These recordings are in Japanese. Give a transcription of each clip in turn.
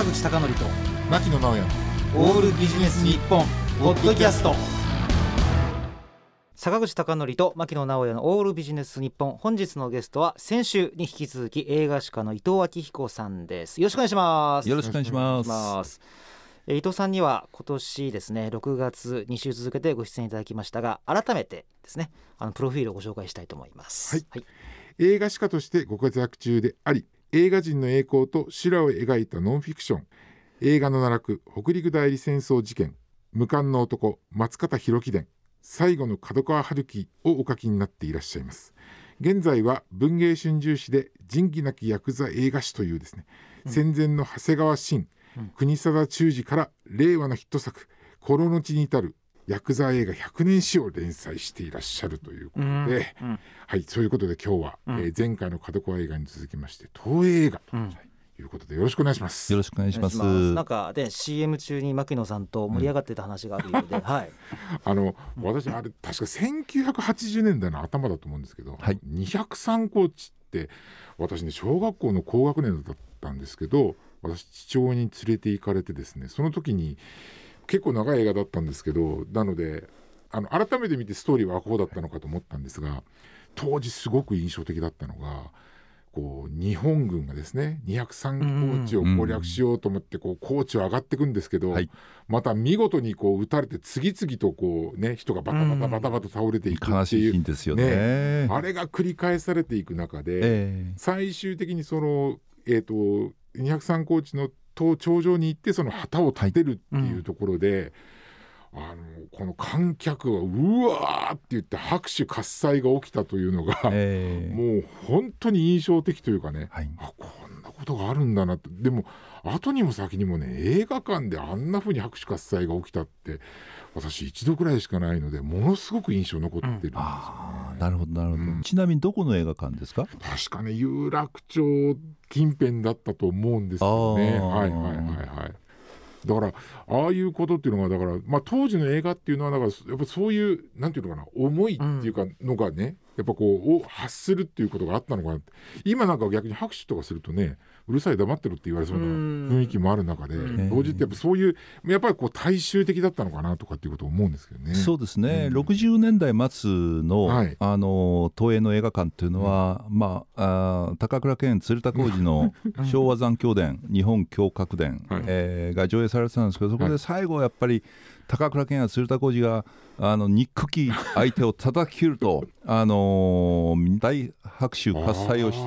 坂口孝則と牧野直哉オールビジネス日本ポッドキャスト。坂口孝則と牧野直哉のオールビジネス日本、本日のゲストは先週に引き続き映画史家の伊藤昭彦さんです。よろしくお願いします。 よろしくお願いします。 伊藤さんには今年ですね6月2週続けてご出演いただきましたが、改めてですねプロフィールをご紹介したいと思います。 はい、映画史家としてご活躍中であり、映画人の栄光と修羅を描いたノンフィクション、映画の奈落、北陸代理戦争事件、無冠の男、松方弘樹伝、最後の角川春樹をお書きになっていらっしゃいます。現在は文藝春秋誌で仁義なきヤクザ映画史というですね、戦前の長谷川伸、国定忠治から令和のヒット作心の地に至るヤクザ映画100年史を連載していらっしゃるということで、はい、そういうことで今日は、前回の角川映画に続きまして東映映画ということでよろしくお願いします。 よろしくお願いします。 なんかで CM 中に牧野さんと盛り上がってた話があるようで、はい、 私あれ確か1980年代の頭だと思うんですけど、203高地って私ね小学校の高学年だったんですけど、私父親に連れて行かれてですね、その時に結構長い映画だったんですけど、なので改めて見てストーリーはこうだったのかと思ったんですが、当時すごく印象的だったのがこう日本軍がですね203高地を攻略しようと思ってこう高地を上がっていくんですけど、また見事にこう撃たれて次々とこう、ね、人がバタバタバタバタ倒れていくっていう、 悲しいシーンですよね。 あれが繰り返されていく中で、最終的にその203高地の頂上に行ってその旗を立てるっていうところで、この観客はうわーって言って拍手喝采が起きたというのが、もう本当に印象的というかね、こんなことがあるんだなって。でも後にも先にもね映画館であんな風に拍手喝采が起きたって私一度くらいしかないので、ものすごく印象残ってるんですよね。 なるほどなるほど、ちなみにどこの映画館ですか？ 確かね有楽町近辺だったと思うんですけどね。だからああいうことっていうのがだから、当時の映画っていうのはだからやっぱそういうなんていうのかな思いっていうかのがね、やっぱこうを発するっていうことがあったのかなって。今なんか逆に拍手とかするとねうるさい黙ってるって言われそうな雰囲気もある中で、同時ってやっぱそういうやっぱりこう大衆的だったのかなとかっていうことを思うんですけどね。 そうですね、60年代末の、東映の映画館っていうのは、高倉健鶴田浩二の昭和残響伝日本侠客伝、が上映されてたんですけど、そこで最後やっぱり高倉健や鶴田浩二が憎き相手を叩き切ると大拍手喝采をして、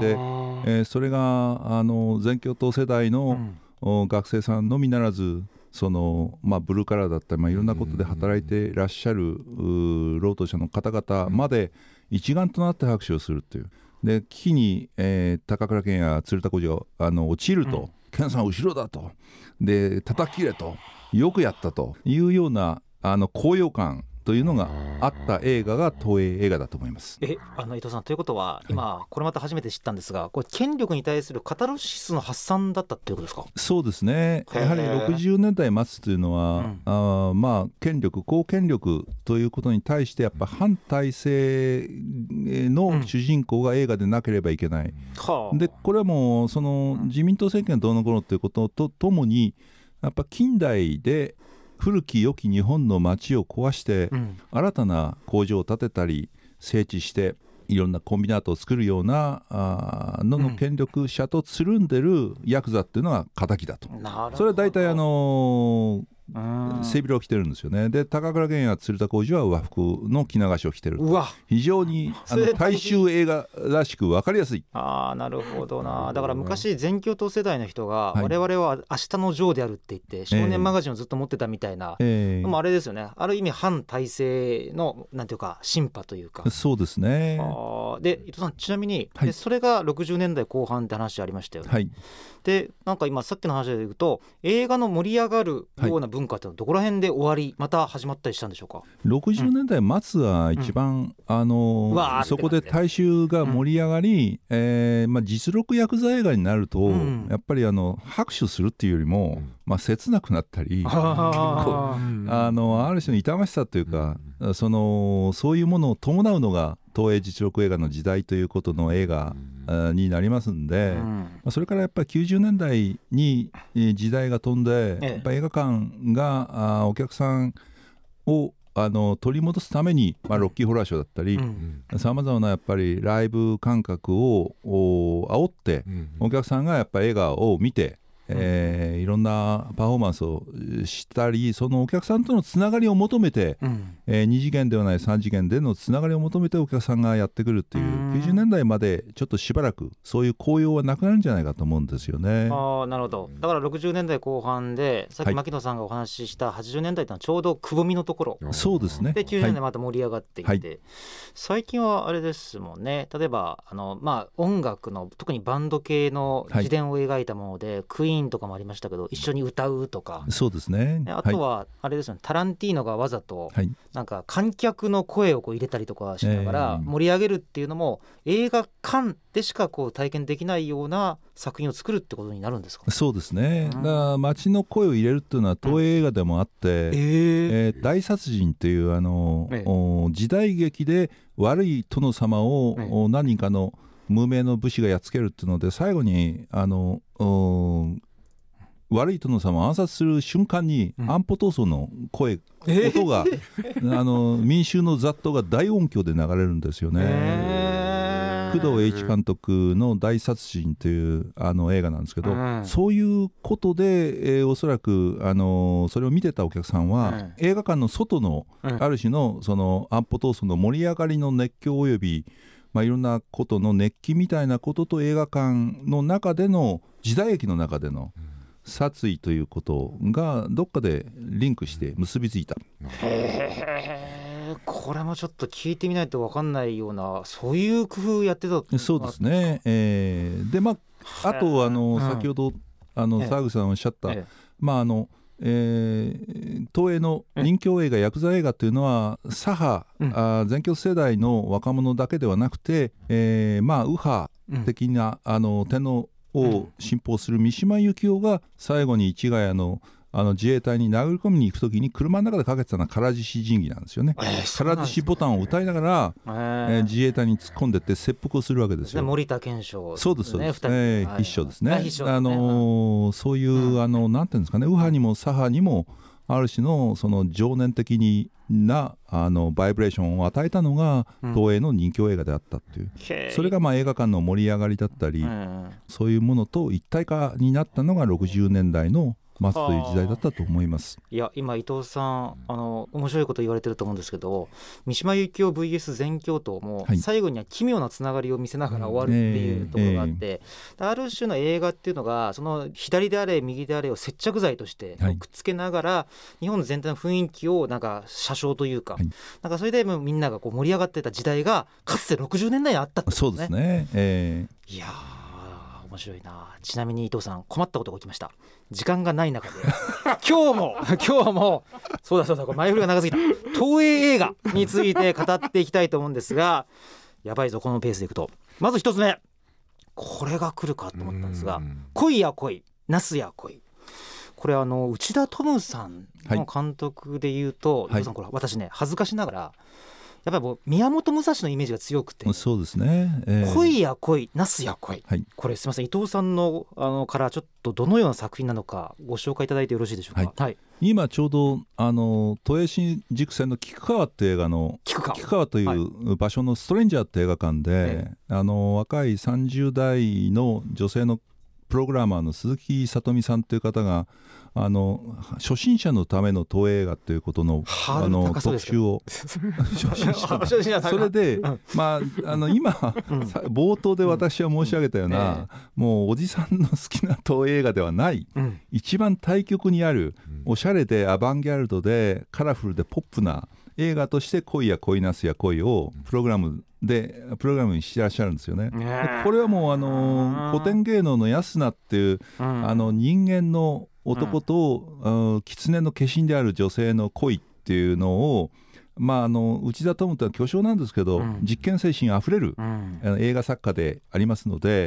それが全共闘世代の、学生さんのみならずその、ブルーカラーだったり、いろんなことで働いていらっしゃる労働者の方々まで一丸となって拍手をするっていう。で危機に、高倉健や鶴田浩二が落ちると、健さん後ろだと、で叩き切れと、よくやったというような高揚感というのがあった映画が東映映画だと思います。 伊藤さん、ということは今これまた初めて知ったんですが、これ権力に対するカタルシスの発散だったっていうことですか？ そうですね、やはり60年代末というのは、権力公権力ということに対してやっぱ反体制の主人公が映画でなければいけない、でこれはもうその自民党政権どうのこうのということとともにやっぱ近代で古き良き日本の街を壊して、新たな工場を建てたり整地していろんなコンビナートを作るようなの権力者とつるんでるヤクザっていうのが敵だと。それは大体背広を着てるんですよね。で高倉健や鶴田浩二は和服の着流しを着てる。非常に大衆映画らしく分かりやすい。 なるほどな。だから昔全共闘世代の人が、我々は明日のジョーであるって言って少年マガジンをずっと持ってたみたいな、でもあれですよね、ある意味反体制のなんていうかシンパというか。 そうですね。 で伊藤さん、ちなみに、それが60年代後半って話ありましたよね。でなんか今さっきの話で言うと映画の盛り上がるような文化ってのはどこら辺で終わりまた始まったりしたんでしょうか ？60年代末は一番、そこで大衆が盛り上がり、実録ヤクザ映画になると、やっぱり拍手するっていうよりも、 切なくなったり結構ある種の痛ましさというか、そういうものを伴うのが東映実録映画の時代ということの映画になりますんで、それからやっぱり90年代に時代が飛んで、やっぱ映画館がお客さんを取り戻すために、ロッキーホラーショーだったりさまざまなやっぱりライブ感覚を煽って、お客さんがやっぱり映画を見て、いろんなパフォーマンスをしたり、そのお客さんとのつながりを求めて、2次元ではない3次元でのつながりを求めてお客さんがやってくるっていう、90年代までちょっとしばらくそういう効用はなくなるんじゃないかと思うんですよね。 なるほど。だから60年代後半でさっき牧野さんがお話しした80年代というのはちょうどくぼみのところ、 そうですね。 で90年代また盛り上がっていて、最近はあれですもんね。例えば音楽の特にバンド系の自伝を描いたもので、クイーンとかもありましたけど、一緒に歌うとか、 そうですね。 あとはあれですよね、タランティーノがわざとなんか観客の声を入れたりとかしながら盛り上げるっていうのも、映画館でしか体験できないような作品を作るってことになるんですか？ そうですね。だから街の声を入れるっていうのは東映映画でもあって、大殺人っていう時代劇で悪い殿様を何人かの無名の武士がやっつけるっていうので、最後に悪い殿様を暗殺する瞬間に安保闘争の声、音が民衆の雑踏が大音響で流れるんですよね。工藤英一監督の大殺人という映画なんですけど、そういうことで、おそらくそれを見てたお客さんは、映画館の外のある種のその安保闘争の盛り上がりの熱狂およびいろんなことの熱気みたいなことと映画館の中での時代劇の中での殺意ということがどっかでリンクして結びついた。 これもちょっと聞いてみないと分かんないような、そういう工夫やってた。 そうですね。であと先ほど沢口さんおっしゃった、東映の人気映画、ヤクザ映画というのは左派、全共世代の若者だけではなくて、右派的な天皇を信奉する三島由紀夫が最後に市ヶ谷の自衛隊に殴り込みに行くときに車の中でかけてたのは唐獅子神器なんですよね。唐獅子ボタンを歌いながら、自衛隊に突っ込んでって切腹をするわけですよ。 森田健章、 そうですそうです、必勝ですね。そういうなんていうんですかね、右派にも左派にもある種のその情念的なバイブレーションを与えたのが東映の人気映画であったっていう、それが映画館の盛り上がりだったり、そういうものと一体化になったのが60年代の待つという時代だったと思います。 いや、今伊藤さん面白いこと言われてると思うんですけど、三島由紀夫 VS 全教頭も最後には奇妙なつながりを見せながら終わるっていうところがあって、ある種の映画っていうのがその左であれ右であれを接着剤としてくっつけながら、日本全体の雰囲気をなんか写生というか、なんかそれでみんなが盛り上がってた時代がかつて60年代にあったってことですね。 そうですね。 いや面白いな。ちなみに伊藤さん、困ったことが起きました。時間がない中で今日もそうだこれ前振りが長すぎた東映映画について語っていきたいと思うんですが、やばいぞこのペースでいくと。まず一つ目、これが来るかと思ったんですが、恋や恋ナスや恋、これ内田トムさんの監督でいうと、伊藤さん、これ私ね恥ずかしながらやっぱりもう宮本武蔵のイメージが強くて、 そうですね、 恋や恋ナスや恋、これすみません、伊藤さんのからちょっとどのような作品なのかご紹介いただいてよろしいでしょうか。 今ちょうど都営新宿線の菊川って映画の菊川という場所のストレンジャーって映画館で、若い30代の女性のプログラマーの鈴木さとみさんという方が初心者のための東映映画ということの特集をそれで、今冒頭で私は申し上げたような、もうおじさんの好きな東映映画ではない、一番対極にあるおしゃれでアバンギャルドでカラフルでポップな映画として恋や恋ナスや恋をプログラムにしてらっしゃるんですよね。これはもう古典芸能の安名っていう人間の男と狐の化身である女性の恋っていうのを、内田トムというのは巨匠なんですけど、実験精神あふれる映画作家でありますので、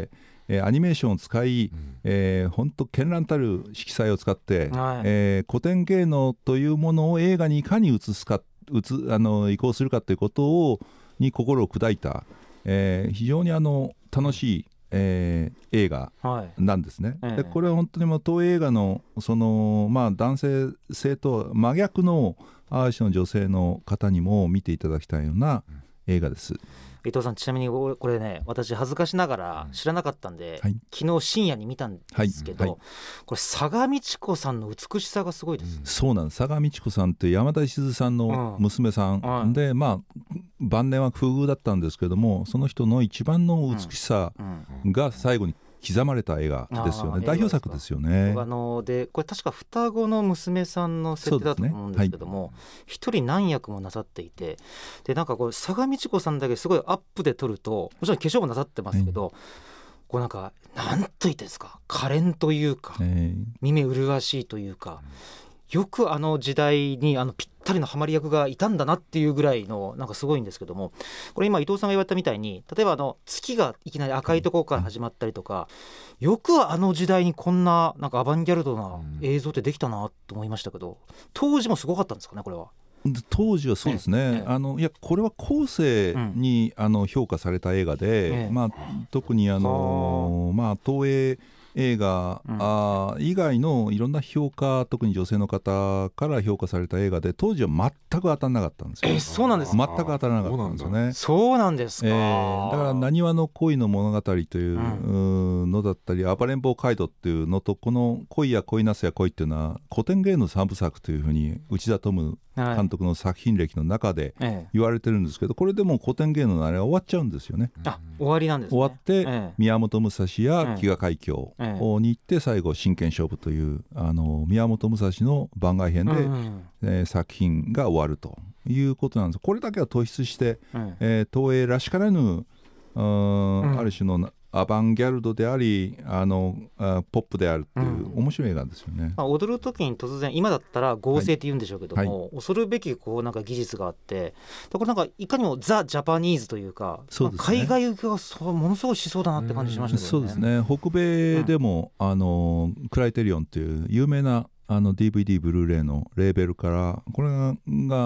アニメーションを使い、本当絢爛たる色彩を使って、古典芸能というものを映画にいかに移行するかということに心を砕いた、非常に楽しい、映画なんですね。でこれは本当にもう東映映画の男性とは真逆のある種の女性の方にも見ていただきたいような映画です。 伊藤さん、ちなみにこれね、私恥ずかしながら知らなかったんで、昨日深夜に見たんですけど、これ佐賀道子さんの美しさがすごいです、ね。 そうなんです。佐賀道子さんって山田石さんの娘さんで、晩年は不遇だったんですけども、その人の一番の美しさが最後に刻まれた映画ですよね。代表作ですよね。 でこれ確か双子の娘さんの設定だと思うんですけども、一人何役もなさっていて、でなんかこう佐賀道子さんだけすごいアップで撮ると、もちろん化粧もなさってますけど、こうなんかなんと言ってですか、可憐というか、見目麗しいというか、よく時代にぴったりのハマり役がいたんだなっていうぐらいのなんかすごいんですけども、これ今伊藤さんが言われたみたいに、例えば月がいきなり赤いところから始まったりとか、よく時代にこんななんかアバンギャルドな映像ってできたなと思いましたけど、当時もすごかったんですかね、これは。 当時はそうですね、いやこれは後世に、評価された映画で、特に東映映画、以外のいろんな評価、特に女性の方から評価された映画で、当時は全く当たらなかったんですよ。 そうなんですか。 全く当たらなかったんですよね。 そうなんですか。 だからなにわの恋の物語というのだったり、暴れん坊街道っていうのと、この恋や恋なすや恋っていうのは古典芸能三部作というふうに内田トム監督の作品歴の中で言われてるんですけど、これでも古典芸能のあれは終わっちゃうんですよね。 終わりなんですね。 終わって、宮本武蔵や飢餓海峡に行って、最後真剣勝負という宮本武蔵の番外編で、作品が終わるということなんです。これだけは突出して、東映らしからぬある種のアバンギャルドでありポップであるっていう面白い映画ですよね。 踊る時に突然、今だったら合成って言うんでしょうけども、恐るべきなんか技術があって、これなんかいかにもザ・ジャパニーズというか、海外受けがものすごいしそうだなって感じしましたけどね。 そうですね。北米でも、クライテリオンという有名なDVD ブルーレイのレーベルから、これが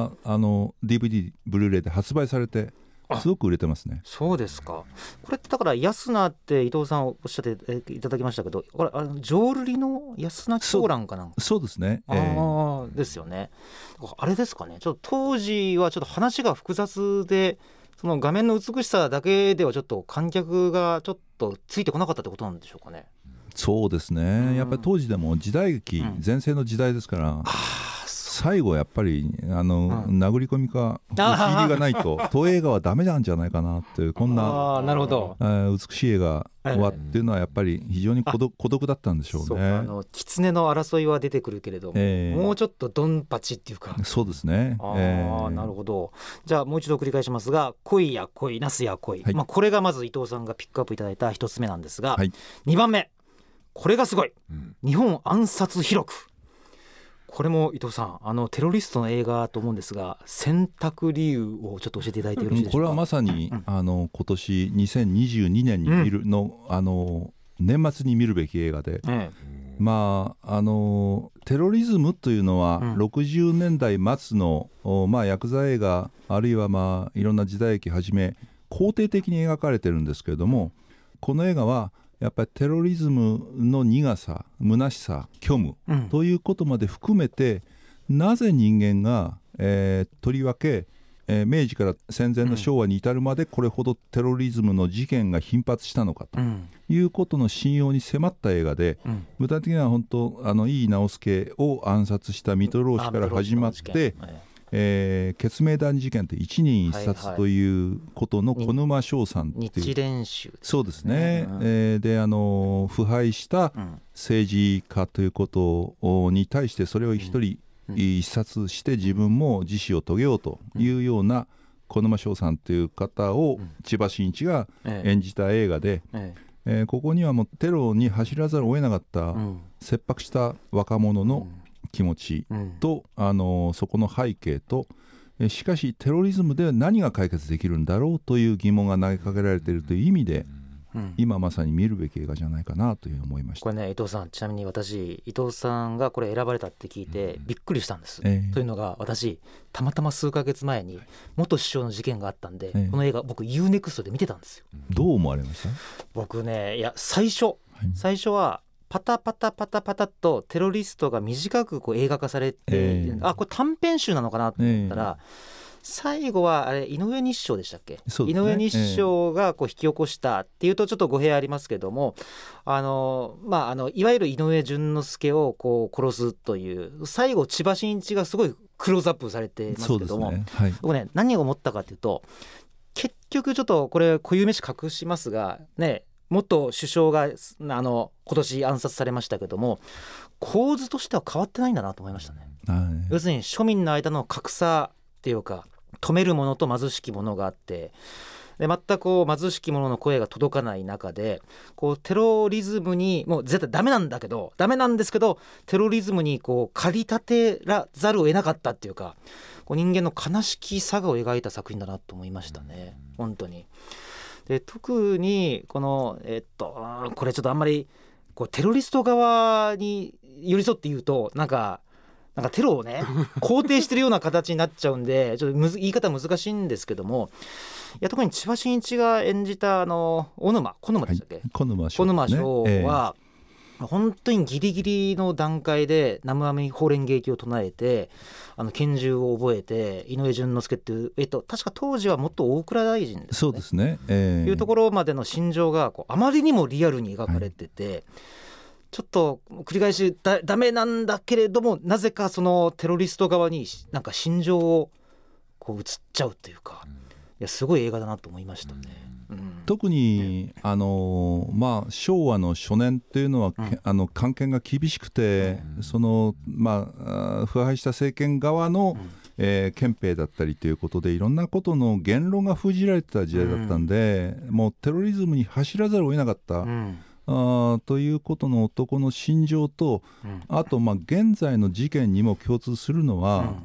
DVD ブルーレイで発売されてすごく売れてますね。 そうですか。これだから安名って伊藤さんおっしゃっていただきましたけど、これ浄瑠璃の安名狂乱かなんか。 そうですね。 ですよね。あれですかね。ちょっと当時はちょっと話が複雑で、その画面の美しさだけではちょっと観客がちょっとついてこなかったってことなんでしょうかね。 そうですね。やっぱり当時でも時代劇、全盛の時代ですから、最後やっぱり殴り込みか打ち入りがないと東映画はダメなんじゃないかなっていう、こんな美しい映画はっていうのはやっぱり非常に孤独だったんでしょうね。 狐の争いは出てくるけれども、もうちょっとドンパチっていうか。 そうですね。 なるほど。じゃあもう一度繰り返しますが、恋や恋なすや恋、これがまず伊藤さんがピックアップいただいた一つ目なんですが、2番目、これがすごい、日本暗殺記録。これも伊藤さん、テロリストの映画と思うんですが、選択理由をちょっと教えていただいてよろしいでしょうか。 これはまさに、今年2022年に見るの、年末に見るべき映画で、テロリズムというのは、60年代末の、ヤクザ映画、あるいはいろんな時代劇はじめ肯定的に描かれてるんですけれども、この映画はやっぱりテロリズムの苦さ、虚しさ、虚無ということまで含めて、なぜ人間が、とりわけ、明治から戦前の昭和に至るまでこれほどテロリズムの事件が頻発したのかということの信用に迫った映画で、具体的には本当井伊直弼を暗殺した水戸浪士から始まって、決明弾事件と一人一殺ということの小沼翔さんっていう、 日蓮宗、 そうですね、で腐敗した政治家ということに対して、それを一人一殺して自分も自死を遂げようというような小沼翔さんという方を千葉真一が演じた映画で、ここにはもうテロに走らざるを得なかった切迫した若者の気持ちと、そこの背景と、しかしテロリズムで何が解決できるんだろうという疑問が投げかけられているという意味で、 今まさに見るべき映画じゃないかなという思いました。 これね、伊藤さん、ちなみに私伊藤さんがこれ選ばれたって聞いてびっくりしたんです、というのが、私たまたま数ヶ月前に元首相の事件があったんで、この映画僕 UNEXT で見てたんですよ。 どう思われました？ 僕ね、いや最初はパタパタパタパタとテロリストが短くこう映画化されて、これ短編集なのかなと思ったら、最後はあれ井上日照でしたっけ、井上日照がこう引き起こしたっていうとちょっと語弊ありますけども、いわゆる井上順之輔をこう殺すという最後千葉真一がすごいクローズアップされてますけども、僕ね何を思ったかというと、結局ちょっとこれ固有名詞隠しますがね、元首相が今年暗殺されましたけども、構図としては変わってないんだなと思いましたね。要するに庶民の間の格差っていうか、富める者と貧しき者があって、で全くこう貧しき者の声が届かない中で、こうテロリズムにもう絶対ダメなんですけどテロリズムにこう駆り立てらざるを得なかったっていうか、こう人間の悲しきさがを描いた作品だなと思いましたね、本当に。で特にこのこれちょっとあんまりこうテロリスト側に寄り添って言うとなんかテロをね肯定してるような形になっちゃうんでちょっと言い方難しいんですけども、いや特に千葉真一が演じた小沼でしたっけ、小沼翔は、本当にギリギリの段階で南無阿弥法蓮華経を唱えて拳銃を覚えて井上順之輔っていう、確か当時は元大蔵大臣ですね、 そうですね、 いうところまでの心情がこうあまりにもリアルに描かれてて、ちょっと繰り返しダメなんだけれども、なぜかそのテロリスト側になんか心情をこう映っちゃうというか、いやすごい映画だなと思いましたね。 特に昭和の初年っていうのは、官憲が厳しくて、腐敗した政権側の、憲兵だったりということでいろんなことの言論が封じられてた時代だったんで、もうテロリズムに走らざるを得なかった、ということの男の心情と、あと現在の事件にも共通するのは、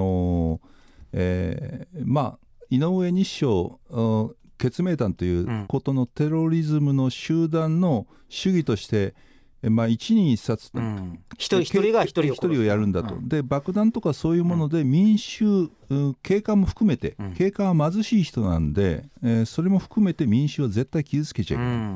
井上日照決命団ということのテロリズムの集団の主義として、一人一殺、 一人が一人をやるんだと、で爆弾とかそういうもので民衆、警官も含めて、警官は貧しい人なんで、それも含めて民衆は絶対傷つけちゃいけない、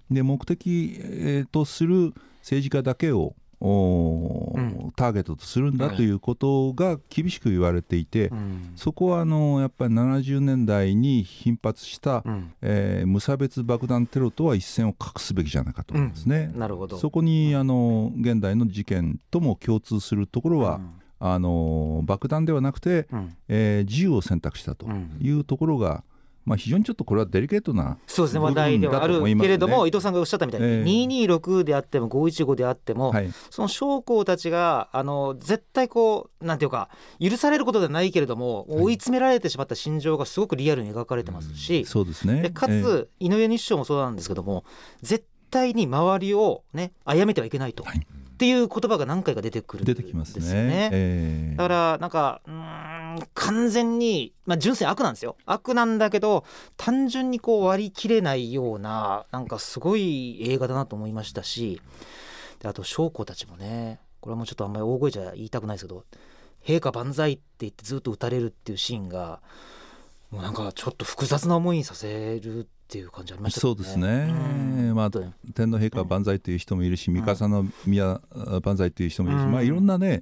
で目的、とする政治家だけをターゲットとするんだということが厳しく言われていて、そこはやっぱり70年代に頻発した、無差別爆弾テロとは一線を画すべきじゃないかと思いますね。 なるほど。 そこに現代の事件とも共通するところは、爆弾ではなくて、銃を選択したというところが、非常にちょっとこれはデリケートな話題ではあるけれども、伊藤さんがおっしゃったみたいに、226であっても515であっても、その将校たちが絶対こうなんていうか許されることではないけれども、追い詰められてしまった心情がすごくリアルに描かれてますし、 そうですね、 でかつ、井上日照もそうなんですけども、絶対に周りをね殺めてはいけないと、っていう言葉が何回か出てくるんですよね。 出てきますね。 だからなんか完全に、純粋悪なんですよ。悪なんだけど単純にこう割り切れないような、なんかすごい映画だなと思いましたし、であと将校たちもね、これはもうちょっとあんまり大声じゃ言いたくないですけど、陛下万歳って言ってずっと撃たれるっていうシーンがもうなんかちょっと複雑な思いにさせるっていう感じありましたね。 そうですね、天皇陛下万歳という人もいるし、三笠宮万歳という人もいるし、いろんなね、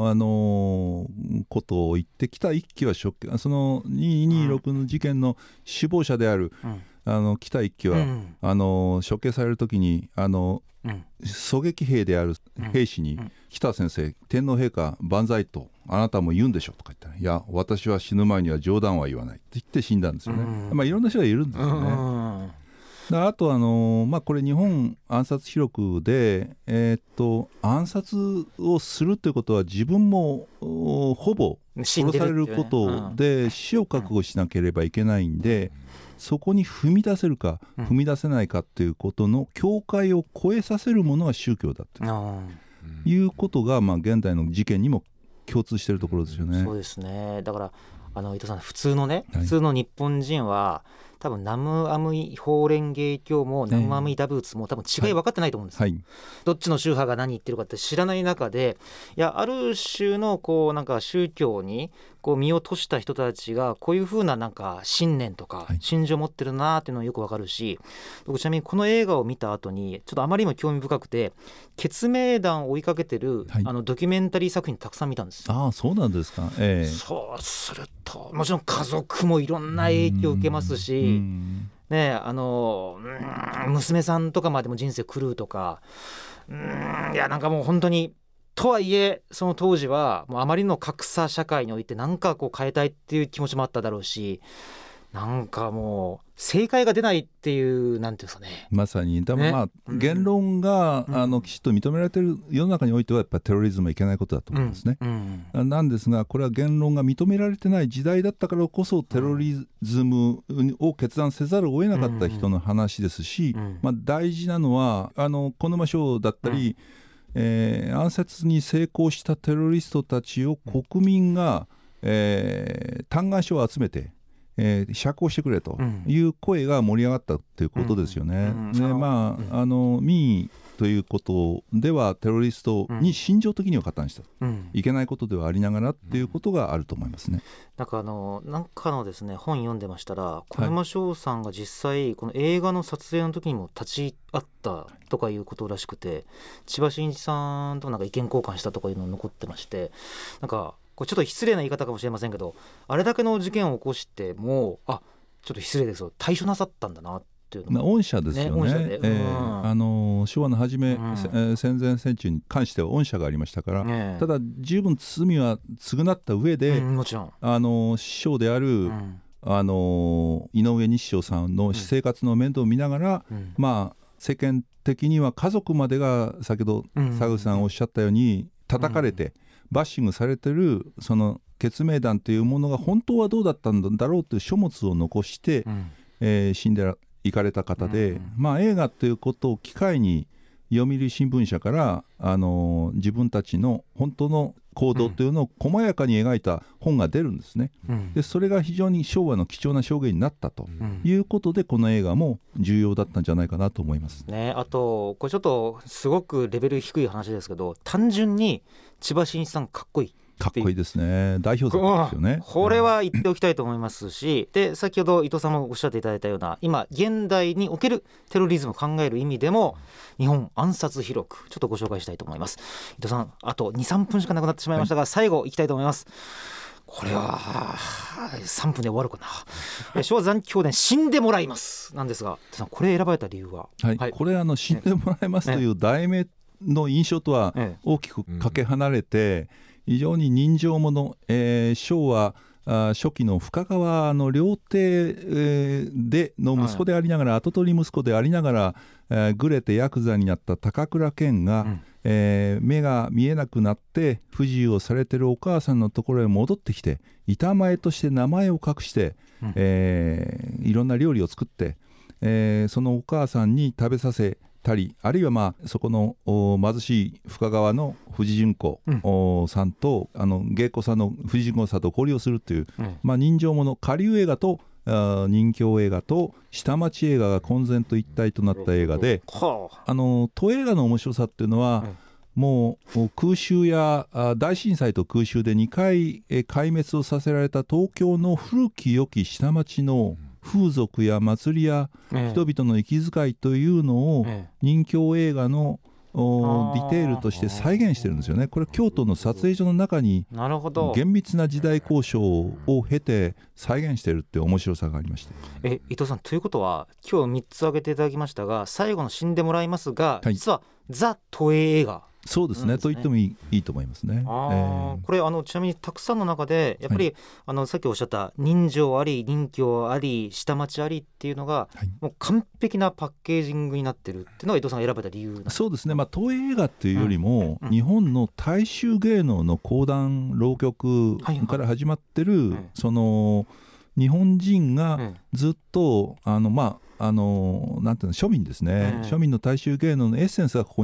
ことを言ってきた一期はその226の事件の首謀者である、北一揆は、処刑される時に狙撃兵である兵士に、北先生、天皇陛下万歳とあなたも言うんでしょとか言ったら、いや私は死ぬ前には冗談は言わないって言って死んだんですよね。いろんな人がいるんですよね。あとこれ日本暗殺記録で、暗殺をするということは自分もほぼ殺されることで死を覚悟しなければいけないんで、そこに踏み出せるか踏み出せないかということの境界を越えさせるものが宗教だということが、現代の事件にも共通しているところですよね。 そうですね。だから伊藤さん、普通の日本人は多分ナムアムイホーレンゲイ教もナムアムイダブーツも多分違い分かってないと思うんです、どっちの宗派が何言ってるかって知らない中で、いやある種のこうなんか宗教にこう身を賭した人たちがこういう風ななんか信念とか信条を持ってるなっていうのがよく分かるし、僕ちなみにこの映画を見た後にちょっとあまりにも興味深くて、血明団を追いかけてる、ドキュメンタリー作品たくさん見たんです。 そうなんですか。 そうするともちろん家族もいろんな影響を受けますし、ね、娘さんとかまでも人生狂うとか、いやなんかもう本当に、とはいえその当時はもうあまりの格差社会において何かこう変えたいっていう気持ちもあっただろうし、なんかもう正解が出ないっていうなんていうんですかね。 まさにでも言論が、きちっと認められている世の中においてはやっぱりテロリズムはいけないことだと思うんですね、なんですが、これは言論が認められてない時代だったからこそテロリズムを決断せざるを得なかった人の話ですし、大事なのは小沼省だったり、暗殺に成功したテロリストたちを国民が、嘆願書を集めて釈放してくれという声が盛り上がったということですよね。民意ということではテロリストに心情的には加担した、いけないことではありながらっていうことがあると思いますね。 なんかのですね、本読んでましたら、小沼翔さんが実際この映画の撮影の時にも立ち会ったとかいうことらしくて、千葉真一さんとなんか意見交換したとかいうのが残ってまして、なんかこれちょっと失礼な言い方かもしれませんけど、あれだけの事件を起こしてもちょっと失礼ですよ、対処なさったんだなっていうの恩赦ですよね。昭和の初め、戦前戦中に関しては恩赦がありましたから、ただ十分罪は償った上で、 もちろん師匠である、井上日照さんの私生活の面倒を見ながら、世間的には家族までが先ほど佐口さんおっしゃったように叩かれて、バッシングされてるその血明団というものが本当はどうだったんだろうという書物を残して、死んでいかれた方で、映画ということを機会に読売新聞社から自分たちの本当の行動というのを細やかに描いた本が出るんですね、でそれが非常に昭和の貴重な証言になったということで、この映画も重要だったんじゃないかなと思います、 あとこれちょっとすごくレベル低い話ですけど、単純に千葉真一さんかっこいい、 かっこいいですね。代表作ですよね。 これは言っておきたいと思いますし、で先ほど伊藤さんもおっしゃっていただいたような、今現代におけるテロリズムを考える意味でも日本暗殺記録、ちょっとご紹介したいと思います。伊藤さん、あと 2,3 分しかなくなってしまいましたが、最後いきたいと思います。これは3分で終わるかな。昭和残機評伝死んでもらいますなんですが、これ選ばれた理由は？ これ死んでもらいますという題名の印象とは大きくかけ離れて、非常に人情もの、昭和初期の深川の料亭、での息子でありながら、跡取り息子でありながら、ぐれてヤクザになった高倉健が、目が見えなくなって不自由をされてるお母さんのところへ戻ってきて、板前として名前を隠して、いろんな料理を作って、そのお母さんに食べさせたり、あるいはそこの貧しい深川の藤純子さんと芸妓さんの藤純子さんと交流をするという、人情もの下流映画と人形映画と下町映画が混然と一体となった映画で、都映画の面白さっていうのは、もう空襲や大震災と空襲で2回壊滅をさせられた東京の古き良き下町の風俗や祭りや人々の息遣いというのを人形映画のディテールとして再現してるんですよね。これ京都の撮影所の中に厳密な時代交渉を経て再現してるっていう面白さがありました。 伊藤さん、ということは今日3つ挙げていただきましたが、最後の死んでもらいますが、実はザ・都営映画。 そうですね、と言ってもいいと思いますね。 これちなみにたくさんの中でやっぱり、さっきおっしゃった人情あり人形あり下町ありっていうのが、もう完璧なパッケージングになってるっていうのが伊藤さんが選べた理由なんですか？ そうですね、都営映画っていうよりも、日本の大衆芸能の講談浪曲から始まってる、その日本人がずっとなんていうの、庶民ですね、庶民の大衆芸能のエッセンスがここに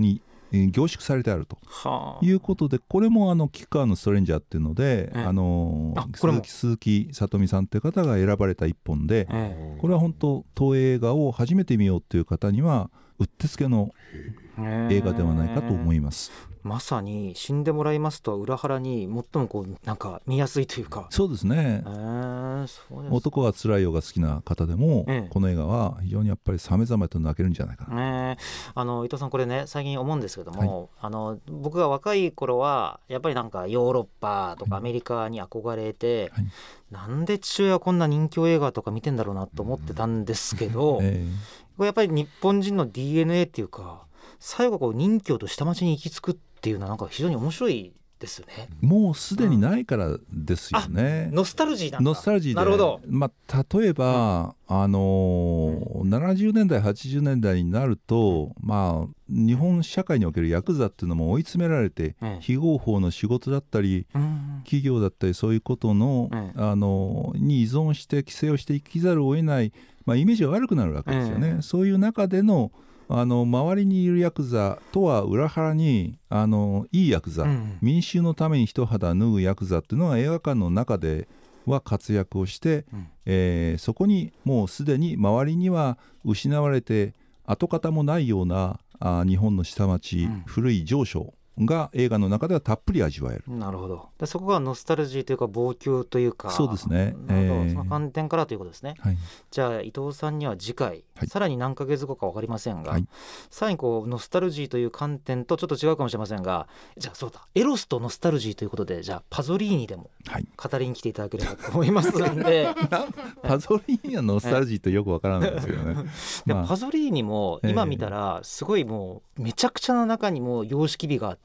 凝縮されてあるということで、これも菊川のストレンジャーっていうので、鈴木さとみさんという方が選ばれた一本で、これは本当東映映画を初めて見ようという方にはうってつけの映画ではないかと思います。 まさに死んでもらいますと裏腹に最もこうなんか見やすいというか。 そうですね、男はつらいよが好きな方でも、この映画は非常にやっぱりさめざめと泣けるんじゃないかな、 伊藤さんこれね最近思うんですけども、僕が若い頃はやっぱりなんかヨーロッパとかアメリカに憧れて、なんで父親はこんな人気映画とか見てんだろうなと思ってたんですけど、これやっぱり日本人の DNA っていうか、最後こう任侠と下町に行き着くっていうのはなんか非常に面白いですよね。 もうすでにないからですよね、 ノスタルジーなんだ。 ノスタルジーで、 なるほど。 例えば、70年代80年代になると、日本社会におけるヤクザっていうのも追い詰められて、非合法の仕事だったり、企業だったりそういうことの、に依存して規制をして生きざるを得ない、イメージが悪くなるわけですよね。そういう中での周りにいるヤクザとは裏腹にいいヤクザ、民衆のために一肌脱ぐヤクザっていうのは映画館の中では活躍をして、そこにもうすでに周りには失われて跡形もないような日本の下町、古い情緒が映画の中ではたっぷり味わえる。 なるほど。でそこがノスタルジーというか望郷というか。 そうですね、 その観点からということですね、じゃあ伊藤さんには次回、さらに何ヶ月後か分かりませんが、さらにこうノスタルジーという観点とちょっと違うかもしれませんが、じゃあそうだエロスとノスタルジーということで、じゃあパゾリーニでも語りに来ていただければと思いますので、 パゾリーニはノスタルジーとよく分からないですけどねでパゾリーニも今見たらすごいもうめちゃくちゃな中にも様式美があって、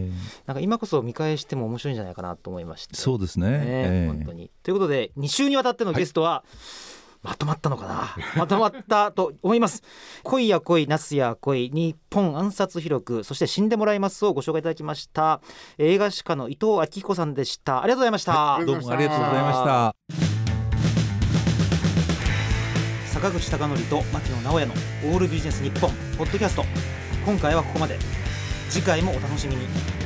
なんか今こそ見返しても面白いんじゃないかなと思いまして。 そうですね、 本当に。ということで2週にわたってのゲストは、まとまったのかな、まとまったと思います。恋や恋、ナスや恋、日本暗殺記録、そして死んでもらいますをご紹介いただきました。映画史家の伊藤昭彦さんでした。ありがとうございました。 どうもありがとうございました。 坂口孝則と牧野直哉のオールビジネス日本ポッドキャスト、今回はここまで。次回もお楽しみに。